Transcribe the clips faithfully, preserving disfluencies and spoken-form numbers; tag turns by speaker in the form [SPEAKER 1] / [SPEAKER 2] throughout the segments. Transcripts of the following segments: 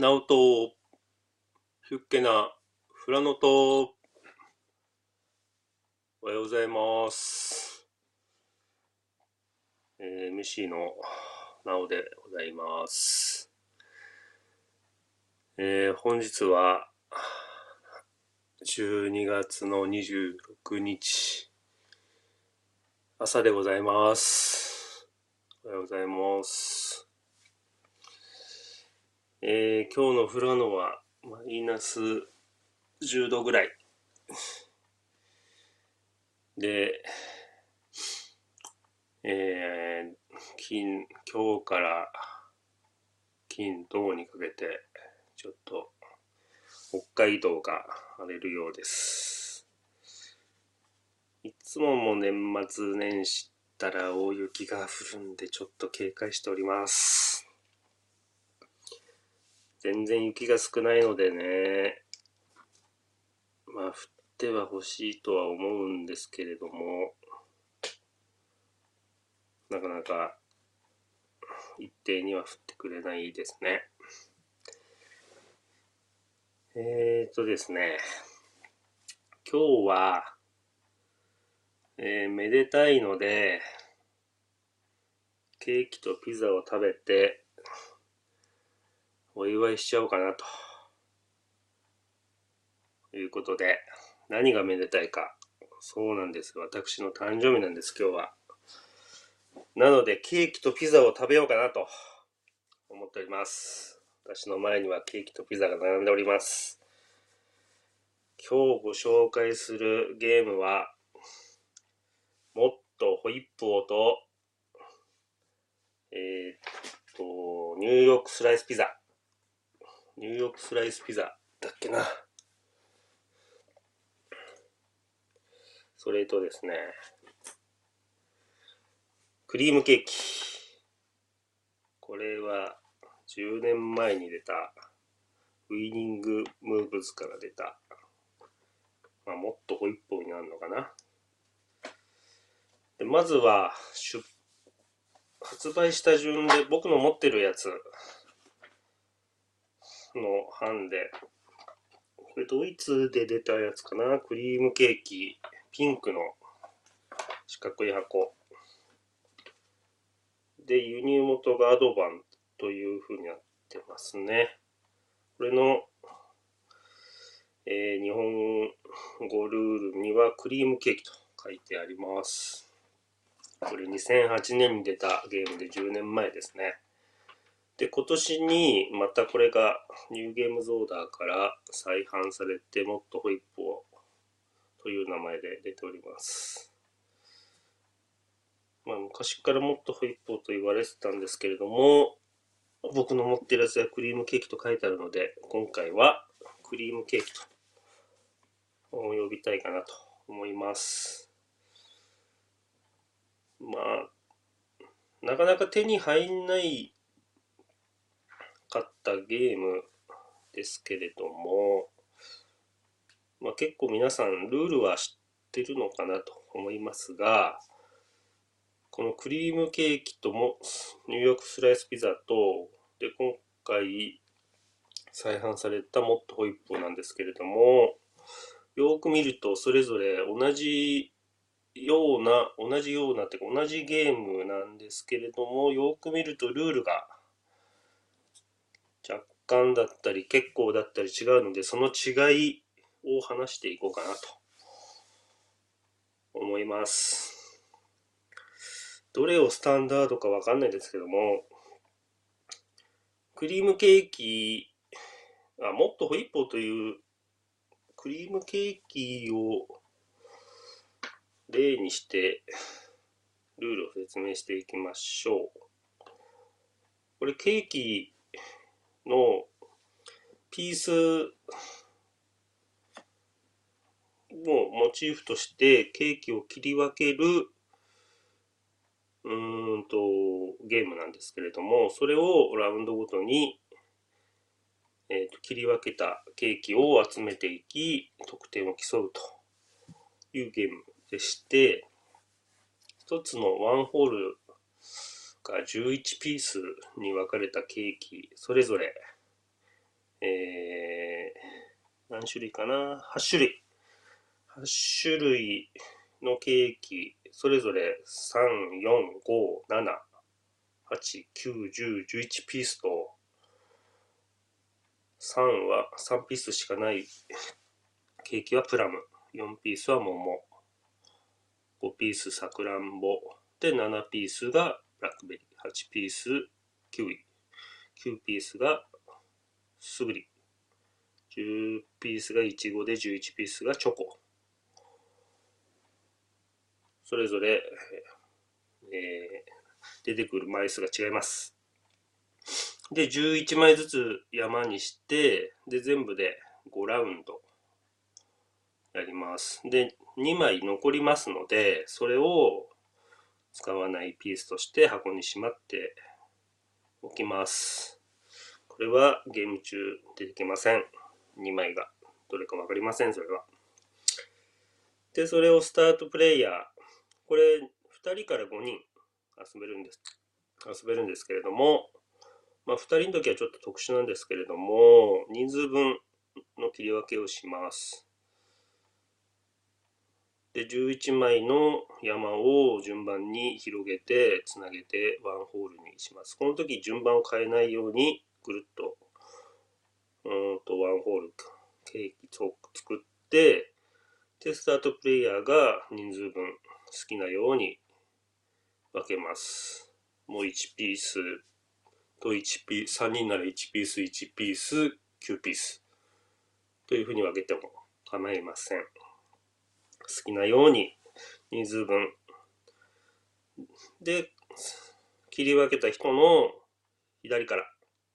[SPEAKER 1] ナオトヒュッケナフラノトおはようございます、えー、エムシー のナオでございます、えー、本日はじゅうにがつのにじゅうろくにち朝でございます。おはようございます、えー、今日の富良野はマイナスじゅうどぐらいで、えー、金今日から金土にかけてちょっと北海道が荒れるようです。いつもも年末年始ったら大雪が降るんでちょっと警戒しております。全然雪が少ないのでね、まあ降っては欲しいとは思うんですけれども、なかなか一定には降ってくれないですね。えーとですね、今日は、えー、めでたいので、ケーキとピザを食べてお祝いしちゃおうかなということで、何がめでたいか。そうなんです。私の誕生日なんです、今日は。なので、ケーキとピザを食べようかなと思っております。私の前にはケーキとピザが並んでおります。今日ご紹介するゲームは、もっとホイップをと、えー、っと、ニューヨークスライスピザ。ニューヨークスライスピザだっけな。それとですね、クリームケーキ。これはじゅうねんまえに出たウイニングムーブズから出た、まあ、もっとホイップになるのかな。でまずは出発売した順で僕の持ってるやつの版で、これドイツで出たやつかな。クリームケーキピンクの四角い箱で、輸入元がアドバンという風になってますね。これの、えー、日本語ルールにはクリームケーキと書いてあります。これにせんはちねんに出たゲームでじゅうねんまえですね。で、今年にまたこれがニューゲームズオーダーから再販されて、もっとホイップをという名前で出ております。まあ、昔からもっとホイップをと言われてたんですけれども、僕の持ってるやつはクリームケーキと書いてあるので、今回はクリームケーキと呼びたいかなと思います。まあ、なかなか手に入んないかったゲームですけれども、まあ、結構皆さんルールは知ってるのかなと思いますが、このクリームケーキともニューヨークスライスピザとで今回再販されたもっとホイップなんですけれども、よく見るとそれぞれ同じような同じようなってか同じゲームなんですけれども、よく見るとルールが若干だったり結構だったり違うので、その違いを話していこうかなと思います。どれをスタンダードかわかんないですけども、クリームケーキ、あ、もっとホイップというクリームケーキを例にしてルールを説明していきましょう。これケーキのピースをモチーフとしてケーキを切り分けるうーんとゲームなんですけれども、それをラウンドごとに、えーと切り分けたケーキを集めていき得点を競うというゲームでして、一つのワンホールがじゅういちピースに分かれたケーキそれぞれえー、何種類かな ?はち 種類。はち種類のケーキ、それぞれさん、よん、ご、なな、はち、きゅう、じゅう、じゅういちピースと、さんはさんピースしかないケーキはプラム、よんピースは桃、ごピースさくらんぼ、でななピースがブラックベリー、はちピースキウイ、きゅうピースがスグリ、じゅうピースがイチゴでじゅういちピースがチョコ。それぞれ、えー、出てくる枚数が違います。で、じゅういちまいずつ山にして、で、全部でごラウンドやります。で、にまい残りますので、それを使わないピースとして箱にしまっておきます。これはゲーム中出てきません。にまいが。どれかわかりません、それは。で、それをスタートプレイヤー。これ、ふたりからごにん遊べるんです。遊べるんですけれども、まあ、ふたりの時はちょっと特殊なんですけれども、人数分の切り分けをします。で、じゅういちまいの山を順番に広げて、つなげてワンホールにします。この時順番を変えないように、ぐるっと、うんとワンホール、ケーキを作って、で、スタートプレイヤーが人数分好きなように分けます。もういちピースといちピース、さんにんならいちピース、いちピース、きゅうピースというふうに分けても構いません。好きなように人数分で切り分けた人の左から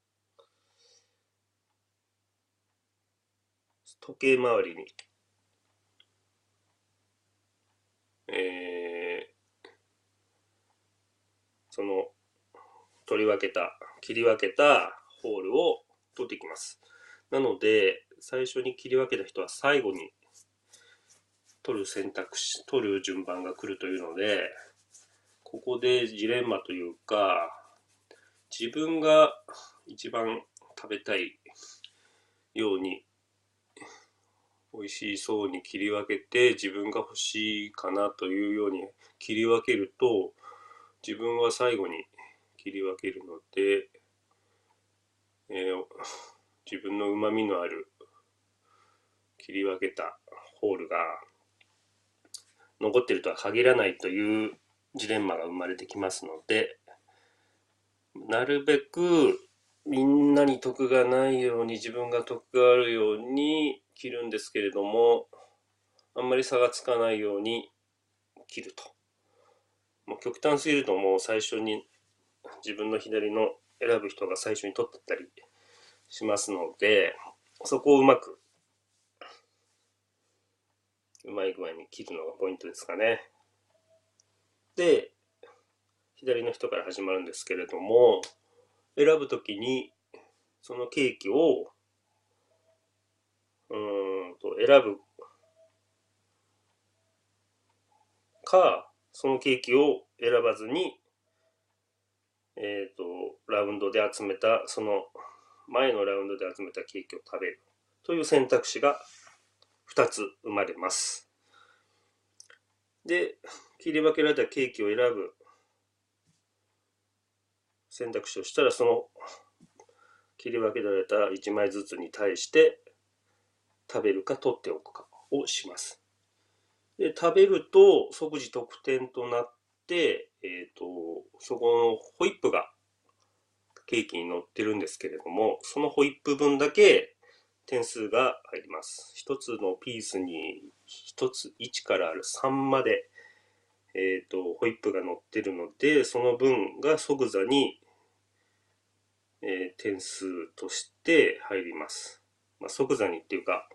[SPEAKER 1] 時計回りに、えー、その取り分けた切り分けたホールを取っていきます。なので最初に切り分けた人は最後に取る選択肢取る順番が来るというので、ここでジレンマというか、自分が一番食べたいように美味しそうに切り分けて、自分が欲しいかなというように切り分けると、自分は最後に切り分けるので、えー、自分の旨味のある切り分けたホールが残っているとは限らないというジレンマが生まれてきますので、なるべくみんなに得がないように、自分が得があるように切るんですけれども、あんまり差がつかないように切ると。もう極端すぎるともう最初に自分の左の選ぶ人が最初に取ってったりしますので、そこをうまくうまい具合に切るのがポイントですかね。で、左の人から始まるんですけれども、選ぶときにそのケーキをうーんと選ぶか、そのケーキを選ばずに、えっと、ラウンドで集めた、その前のラウンドで集めたケーキを食べるという選択肢がふたつ生まれます。で、切り分けられたケーキを選ぶ選択肢をしたら、その切り分けられたいちまいずつに対して食べるか取っておくかをします。で、食べると即時得点となって、えっと、そこのホイップがケーキに乗ってるんですけれども、そのホイップ分だけ点数が入ります。一つのピースに一ついちからさんまで、えっと、ホイップが乗ってるので、その分が即座に、えー、点数として入ります。まあ、即座にっていうか、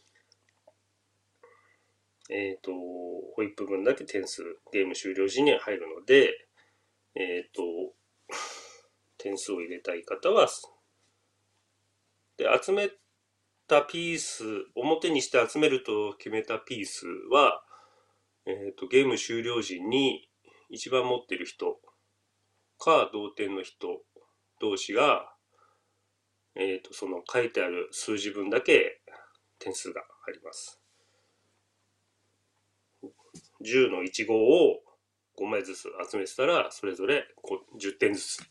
[SPEAKER 1] えっと、ホイップ分だけ点数、ゲーム終了時に入るので、えっと、点数を入れたい方は、で、集めたピース、表にして集めると決めたピースは、えっと、ゲーム終了時に一番持ってる人か同点の人同士が、 えーと、その書いてある数字分だけ点数があります。じゅうのいち号をごまいずつ集めてたら、それぞれじゅってんずつ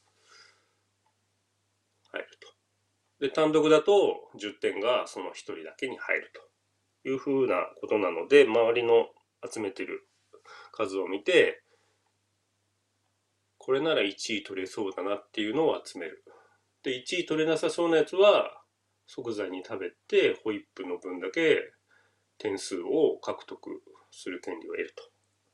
[SPEAKER 1] 入ると。で、単独だとじゅってんがそのひとりだけに入るというふうなことなので、周りの集めてる数を見て、これならいちい取れそうだなっていうのを集める。で、いちい取れなさそうなやつは即座に食べて、ホイップの分だけ点数を獲得する権利を得る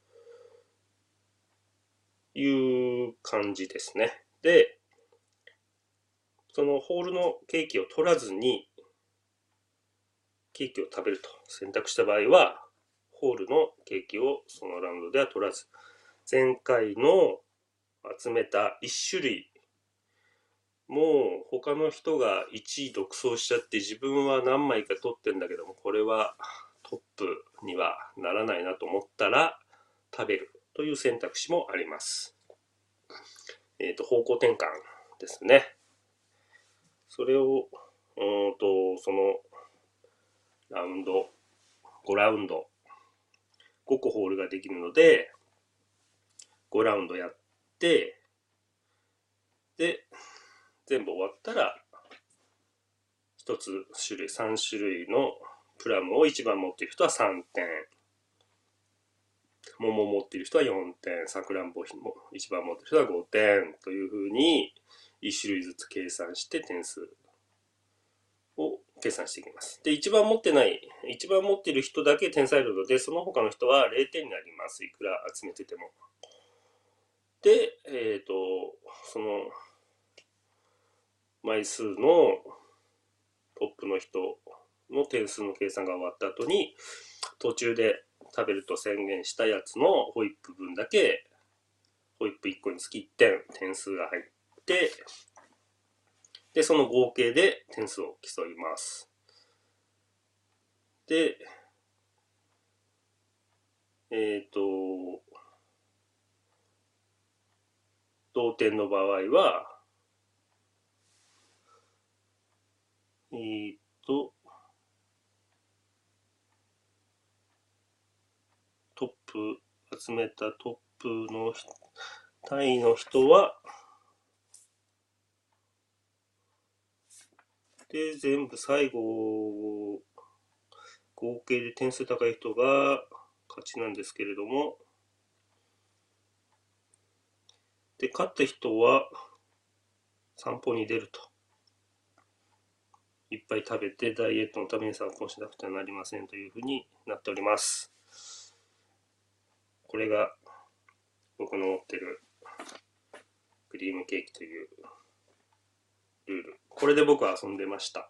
[SPEAKER 1] という感じですね。で、そのホールのケーキを取らずにケーキを食べると選択した場合は、ホールのケーキをそのラウンドでは取らず、前回の集めたいち種類、もう他の人がいちい独走しちゃって自分は何枚か取ってんだけども、これはトップにはならないなと思ったら食べるという選択肢もあります。えっと、方向転換ですね。それを、うんと、そのラウンド、ごラウンド、ごこホールができるので、ごラウンドやって、で、全部終わったら、ひとつ種類、さん種類のプラムを一番持っている人はさんてん、桃を持っている人はよんてん、さくらんぼを一番持っている人はごてんというふうに、いち種類ずつ計算して点数を計算していきます。で、一番持ってない、一番持っている人だけ点数入るので、その他の人はれいてんになります。いくら集めてても。で、えっと、その、枚数のトップの人の点数の計算が終わった後に、途中で食べると宣言したやつのホイップ分だけ、ホイップいっこにつきいってん点数が入って、で、その合計で点数を競います。で、えっと、同点の場合は、えー、っと、トップ、集めたトップのタイの人は、で、全部最後、合計で点数高い人が勝ちなんですけれども、で、勝った人は散歩に出ると。いっぱい食べてダイエットのために散歩しなくてはなりませんというふうになっております。これが僕の持ってるクリームケーキというルール。これで僕は遊んでました。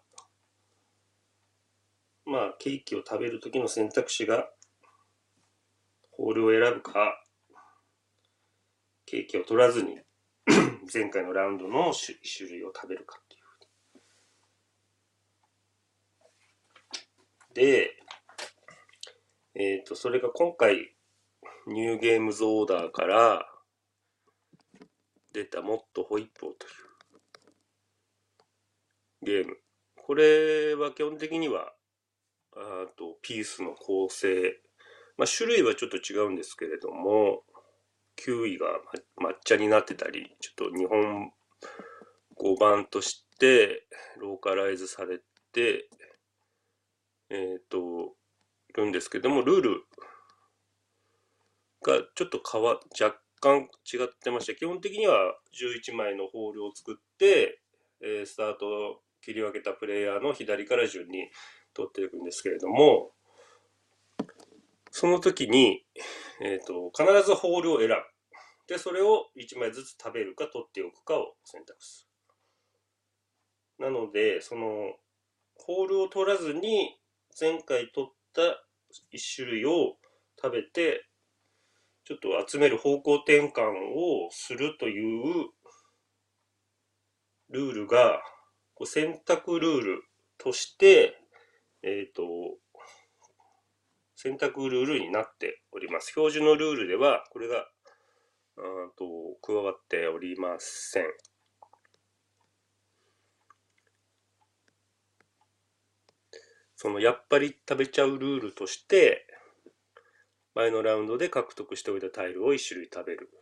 [SPEAKER 1] まあ、ケーキを食べるときの選択肢が、ホールを選ぶか、ケーキを取らずに、前回のラウンドの種類を食べるかっていう。で、えっと、それが今回、ニューゲームズオーダーから出たもっとホイップをというゲーム。これは基本的には、あとピースの構成、まあ、種類はちょっと違うんですけれども、きゅういが抹茶になってたり、ちょっと日本語版としてローカライズされて、えっと、いるんですけども、ルールがちょっと変わ、若干違ってまして、基本的にはじゅういちまいのホールを作って、えー、スタートを切り分けたプレイヤーの左から順に取っていくんですけれども、その時に、えっと、必ずホールを選ぶ。で、それをいちまいずつ食べるか取っておくかを選択する。なので、その、ホールを取らずに、前回取ったいち種類を食べて、ちょっと集める方向転換をするというルールが、選択ルールとして、えっと、選択ルールになっております。標準のルールでは、これが、うんと加わっておりません。 そのやっぱり食べちゃうルールとして、前のラウンドで獲得しておいたタイルをいち種類食べる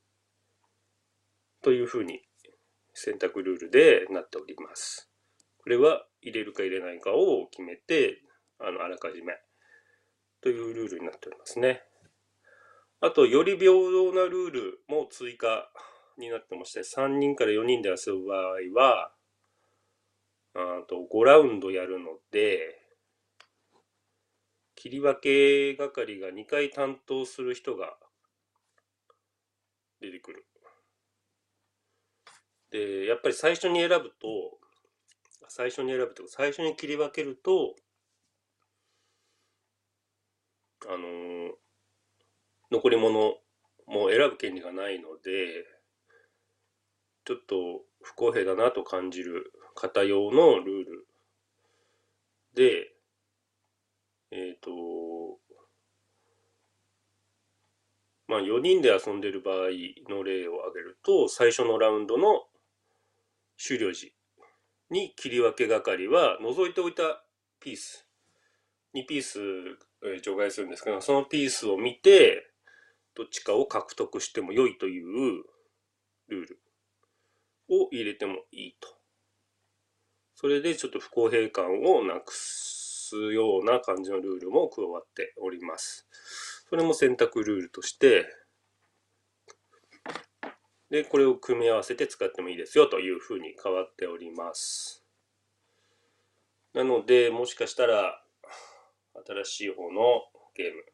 [SPEAKER 1] というふうに選択ルールでなっております。これは入れるか入れないかを決めて、あのあらかじめというルールになっておりますね。あと、より平等なルールも追加になってまして、さんにんからよにんで遊ぶ場合は、あとごラウンドやるので、切り分け係がにかい担当する人が出てくる。で、やっぱり最初に選ぶと、最初に選ぶというか、最初に切り分けると、あのー残り物も選ぶ権利がないので、ちょっと不公平だなと感じる方用のルールで、えっと、まあよにんで遊んでる場合の例を挙げると、最初のラウンドの終了時に切り分け係は除いておいたピース、にピース除外するんですけど、そのピースを見て、どっちかを獲得しても良いというルールを入れてもいいと。それでちょっと不公平感をなくすような感じのルールも加わっております。それも選択ルールとして、で、これを組み合わせて使ってもいいですよというふうに変わっております。なので、もしかしたら新しい方のゲーム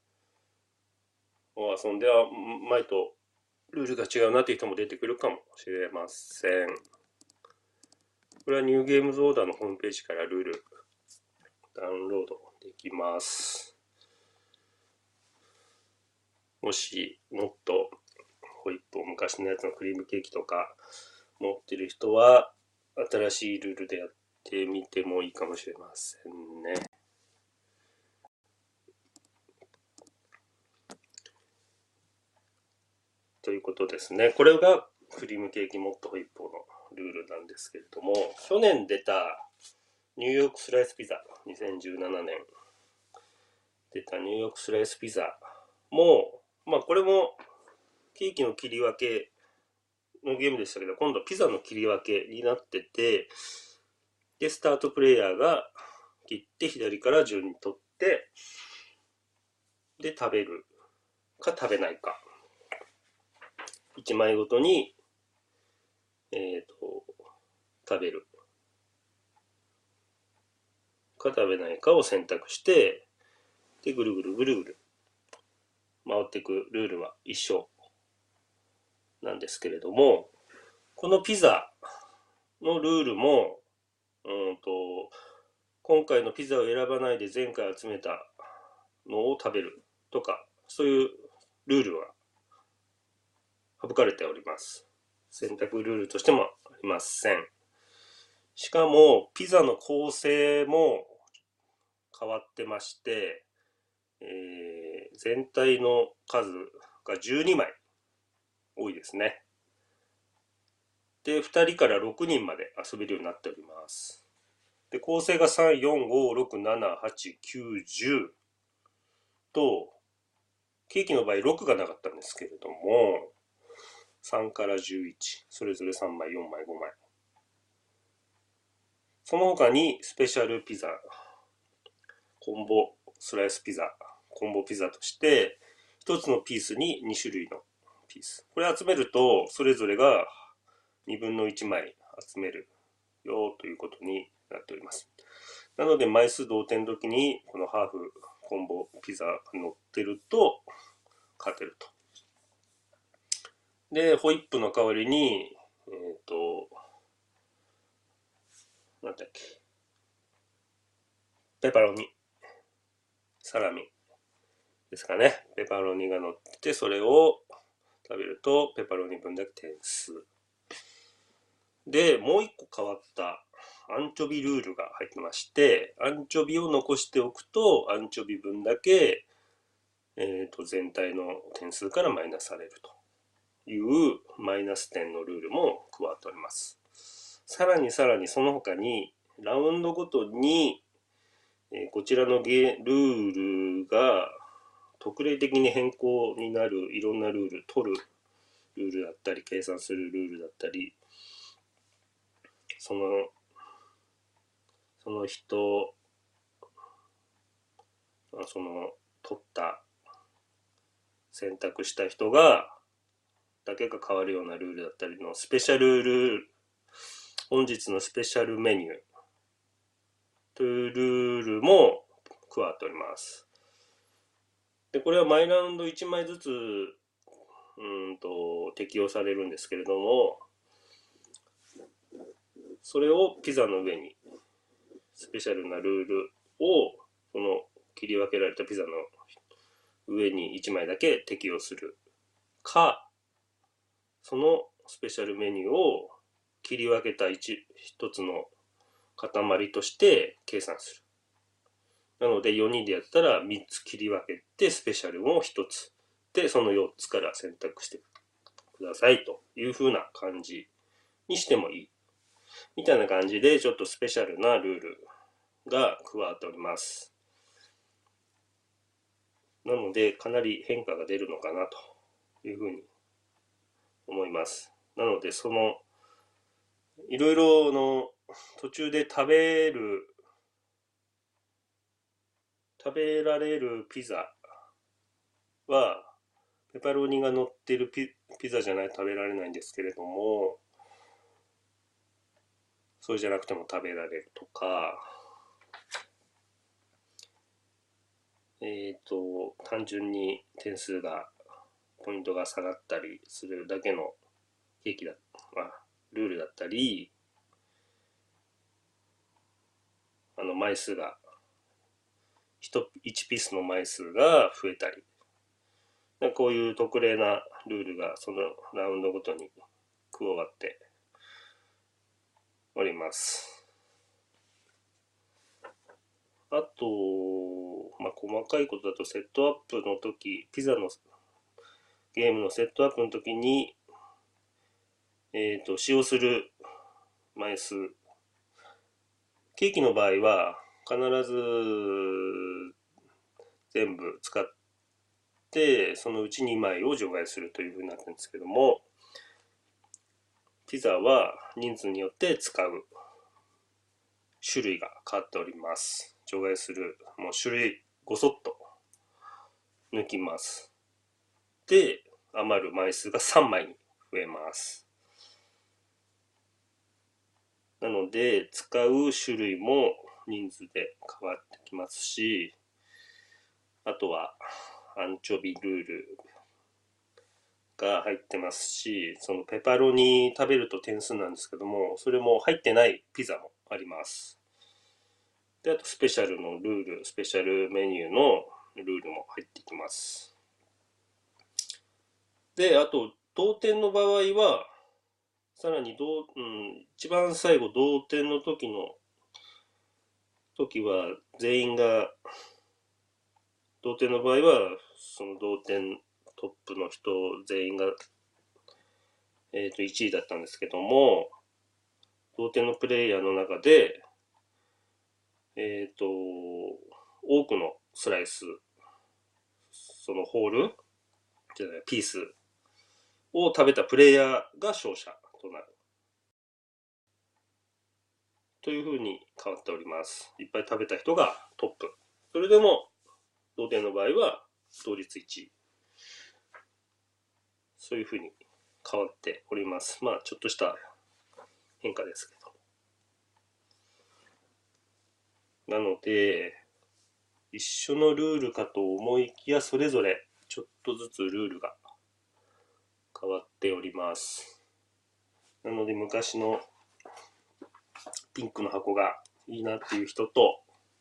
[SPEAKER 1] を遊んでは前とルールが違うなという人も出てくるかもしれません。これはニューゲームズオーダーのホームページからルールダウンロードできます。もしもっとホイップを昔のやつのクリームケーキとか持ってる人は新しいルールでやってみてもいいかもしれませんね。ということですね。これがクリームケーキモットホイップのルールなんですけれども、去年出たニューヨークスライスピザ、にせんじゅうななねん出たニューヨークスライスピザも、まあこれもケーキの切り分けのゲームでしたけど、今度はピザの切り分けになってて、で、スタートプレイヤーが切って左から順に取って、で、食べるか食べないか。いちまいごとに、えっと、食べるか食べないかを選択して、で、ぐるぐるぐるぐる回っていくルールは一緒なんですけれども、このピザのルールも、うんと、今回のピザを選ばないで前回集めたのを食べるとか、そういうルールは省かれております。選択ルールとしてもありません。しかも、ピザの構成も変わってまして、えー、全体の数がじゅうにまい多いですね。で、ふたりからろくにんまで遊べるようになっております。で、構成がさん、よん、ご、ろく、なな、はち、きゅう、じゅうと、ケーキの場合ろくがなかったんですけれども、さんからじゅういち、それぞれさんまい、よんまい、ごまい。その他にスペシャルピザ、コンボスライスピザ、コンボピザとして、ひとつのピースにに種類のピース。これ集めると、それぞれがにぶんのいちまい集めるよということになっております。なので、枚数同点の時に、このハーフコンボピザが乗ってると、勝てると。で、ホイップの代わりに、えっと、なんだっけ、ペパロニ、サラミですかね。ペパロニが乗ってて、それを食べると、ペパロニ分だけ点数。で、もう一個変わったアンチョビルールが入ってまして、アンチョビを残しておくと、アンチョビ分だけ、えっと、全体の点数からマイナスされるというマイナス点のルールも加わっております。さらにさらにその他に、ラウンドごとに、 えーこちらのゲルールが特例的に変更になるいろんなルール、取るルールだったり、計算するルールだったり、その、その人、その取った、選択した人が、だけが変わるようなルールだったりのスペシャルルール、本日のスペシャルメニューというルールも加わっております。で、これは毎ラウンドいちまいずつ、うんと、適用されるんですけれども、それをピザの上に、スペシャルなルールを、この切り分けられたピザの上にいちまいだけ適用するか、そのスペシャルメニューを切り分けた 一, 一つの塊として計算する。なのでよにんでやったらみっつ切り分けてスペシャルをひとつで、そのよっつから選択してくださいという風な感じにしてもいいみたいな感じで、ちょっとスペシャルなルールが加わっております。なのでかなり変化が出るのかなというふうに思います。なのでそのいろいろの途中で食べる食べられるピザはペパロニが乗ってる ピ, ピザじゃないと食べられないんですけれども、それじゃなくても食べられるとか、えっと単純に点数がポイントが下がったりするだけのケーキだ、まあ、ルールだったり、あの枚数がいちピースの枚数が増えたり、こういう特例なルールがそのラウンドごとに加わっております。あと、まあ、細かいことだとセットアップの時、ピザのゲームのセットアップの時に、えーと、使用する枚数、ケーキの場合は必ず全部使ってそのうちにまいを除外するというふうになってるんですけども、ピザは人数によって使う種類が変わっております。除外するもう種類ごそっと抜きます。で、余る枚数がさんまいに増えます。なので使う種類も人数で変わってきますし、あとはアンチョビルールが入ってますし、そのペパロニ食べると点数なんですけども、それも入ってないピザもあります。で、あとスペシャルのルール、スペシャルメニューのルールも入ってきます。で、あと同点の場合はさらに同、うん、一番最後同点の時の時は全員が、同点の場合はその同点トップの人全員が、えー、といちいだったんですけども、同点のプレイヤーの中で、えっ、と多くのスライス、そのホールじゃないピースを食べたプレイヤーが勝者となるというふうに変わっております。いっぱい食べた人がトップ。それでも同点の場合は同率いちい。そういうふうに変わっております。まあちょっとした変化ですけど。なので一緒のルールかと思いきや、それぞれちょっとずつルールが変わっております。なので昔のピンクの箱がいいなっていう人と、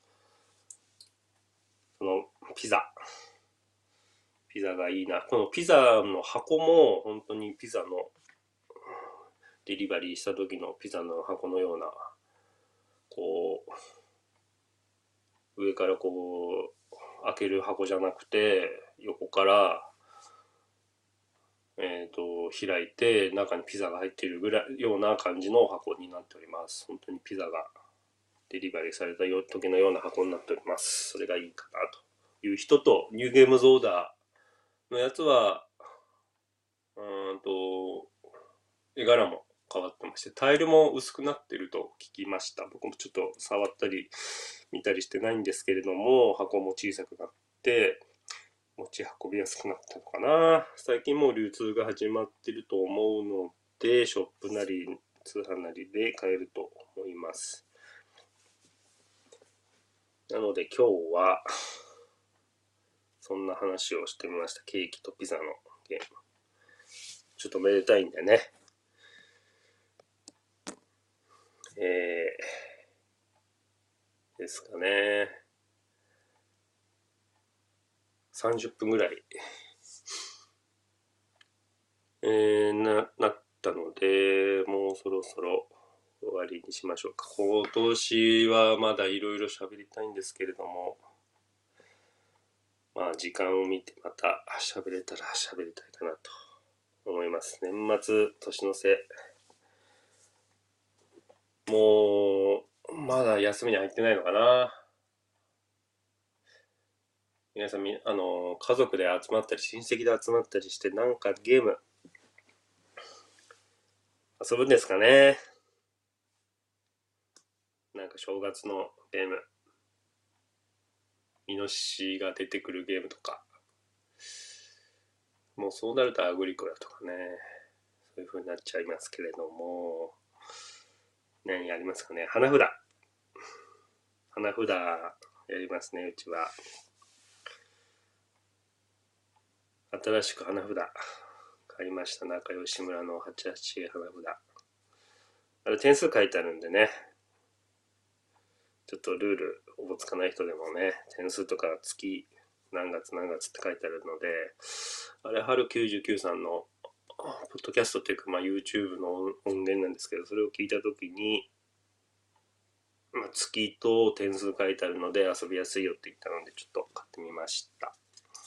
[SPEAKER 1] そのピザピザがいいな、このピザの箱も本当にピザのデリバリーした時のピザの箱のような、こう上からこう開ける箱じゃなくて、横からえー、と開いて中にピザが入っているぐらいような感じの箱になっております。本当にピザがデリバリーされた時のような箱になっております。それがいいかなという人と、ニューゲームズオーダーのやつは、うーんと、絵柄も変わってまして、タイルも薄くなってると聞きました。僕もちょっと触ったり見たりしてないんですけれども、箱も小さくなって、持ち運びやすくなったのかな。最近もう流通が始まってると思うので、ショップなり通販なりで買えると思います。なので今日はそんな話をしてみました。ケーキとピザのゲーム。ちょっとめでたいんでね。えー、ですかね。さんじゅっぷんぐらい、えー、な、なったので、もうそろそろ終わりにしましょうか。今年はまだいろいろ喋りたいんですけれども、まあ時間を見てまた喋れたら喋りたいかなと思います。年末年の瀬、もうまだ休みに入ってないのかな。皆さんみあの家族で集まったり親戚で集まったりして、なんかゲーム遊ぶんですかね。なんか正月のゲーム、イノシシが出てくるゲームとか、もうそうなるとアグリコラとかね、そういう風になっちゃいますけれども、何やりますかね。花札。花札やりますね、うちは。新しく花札買いました。中吉村のはちはち花札。あれ点数書いてあるんでね、ちょっとルールおぼつかない人でもね、点数とか月何月何月って書いてあるので、あれ春きゅうじゅうきゅうさんのポッドキャストっていうか、まあ、YouTube の音源なんですけど、それを聞いたときに、まあ、月と点数書いてあるので遊びやすいよって言ったので、ちょっと買ってみました。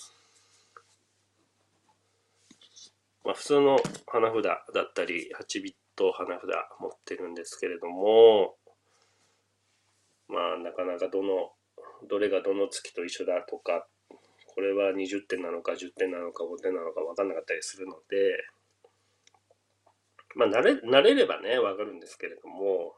[SPEAKER 1] まあ、普通の花札だったり、はちビット花札持ってるんですけれども、まあ、なかなかどの、どれがどの月と一緒だとか、これはにじゅってんなのかじゅってんなのかごてんなのか分かんなかったりするので、まあ慣れ、慣れればね、分かるんですけれども、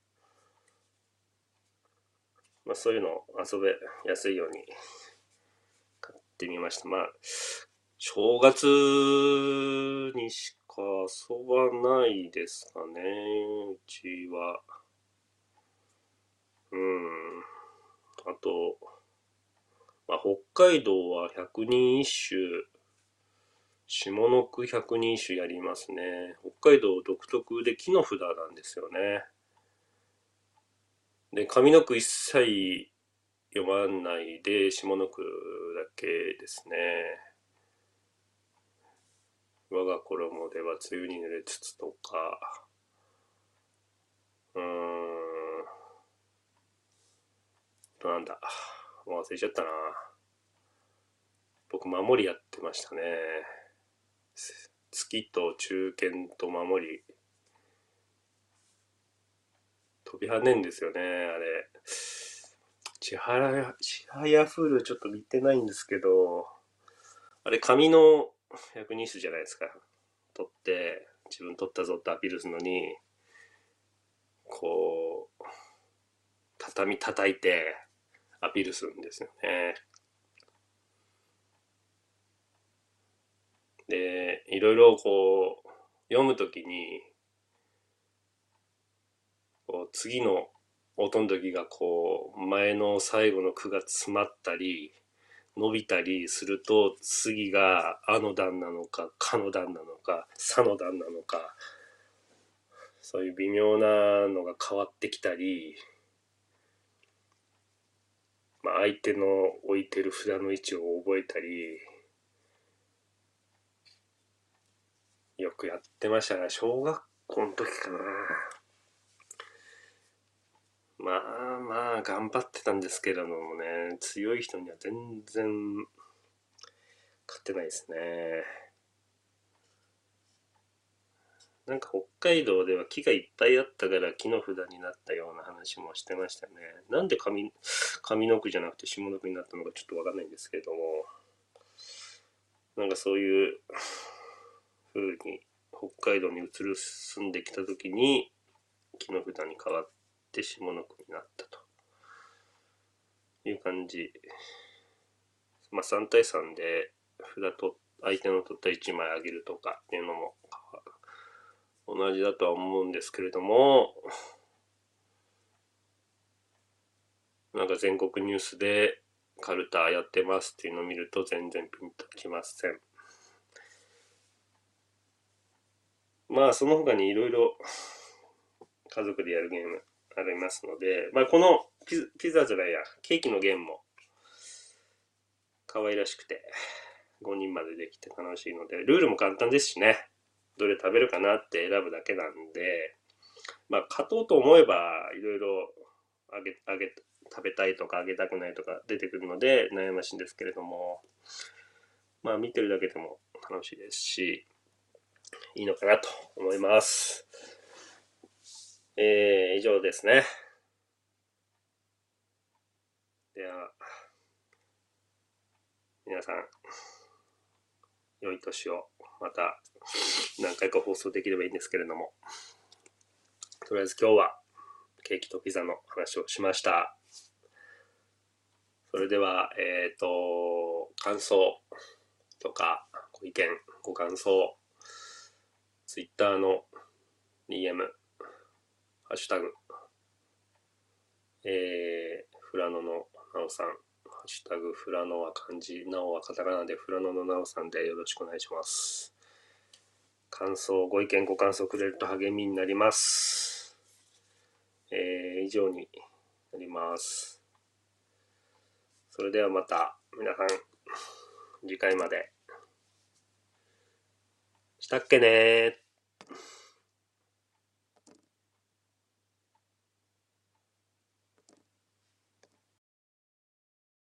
[SPEAKER 1] まあそういうのを遊べやすいように買ってみました。まあ、正月にしか遊ばないですかね、うちは。うん。あと、まあ、北海道は百人一首、下の句百人一首やりますね。北海道独特で木の札なんですよね。で、上の句一切読まないで、下の句だけですね。我が衣では梅雨に濡れつつとか、うーん、なんだ、もう忘れちゃったな。僕、守りやってましたね。月と中堅と守り。飛び跳ねんですよね、あれ。千早、千早フールちょっと見てないんですけど、あれ、紙の百人一首じゃないですか。取って、自分取ったぞってアピールするのに、こう、畳叩いてアピールするんですよね。で、いろいろこう、読むときに、こう次の音の時がこう、前の最後の句が詰まったり、伸びたりすると、次があの段なのか、かの段なのか、さの段なのか、そういう微妙なのが変わってきたり、まあ、相手の置いてる札の位置を覚えたり、よくやってましたね。小学校の時かな。まあまあ、頑張ってたんですけれどもね、強い人には全然勝てないですね。 なんか北海道では木がいっぱいあったから木の札になったような話もしてましたね。なんで上、上の句じゃなくて下の句になったのかちょっとわかんないんですけれども、なんかそういう風に北海道に移る住んできた時に木の札に変わって下の句になったという感じ。まあさん対さんで札と相手の取ったいちまいあげるとかっていうのも同じだとは思うんですけれども、なんか全国ニュースでカルタやってますっていうのを見ると全然ピンときません。まあその他にいろいろ家族でやるゲームありますので、まあこのピザピザじゃないや、ケーキのゲームも可愛らしくてごにんまでできて楽しいので、ルールも簡単ですしね、どれ食べるかなって選ぶだけなんで、まあ勝とうと思えばいろいろあげ、あげ、食べたいとかあげたくないとか出てくるので悩ましいんですけれども、まあ見てるだけでも楽しいですし、いいのかなと思います。えー、以上ですね。では、皆さん、良い年をまた何回か放送できればいいんですけれども、とりあえず今日はケーキとピザの話をしました。それでは、えっ、ー、と、感想とかご意見、ご感想、ツイッターの ディーエム、ハッシュタグ、えー、フラノのなおさん、ハッシュタグフラノは漢字、なおはカタカナでフラノのなおさんでよろしくお願いします。感想、ご意見、ご感想くれると励みになります。えー、以上になります。それではまた皆さん次回まで。したっけねー。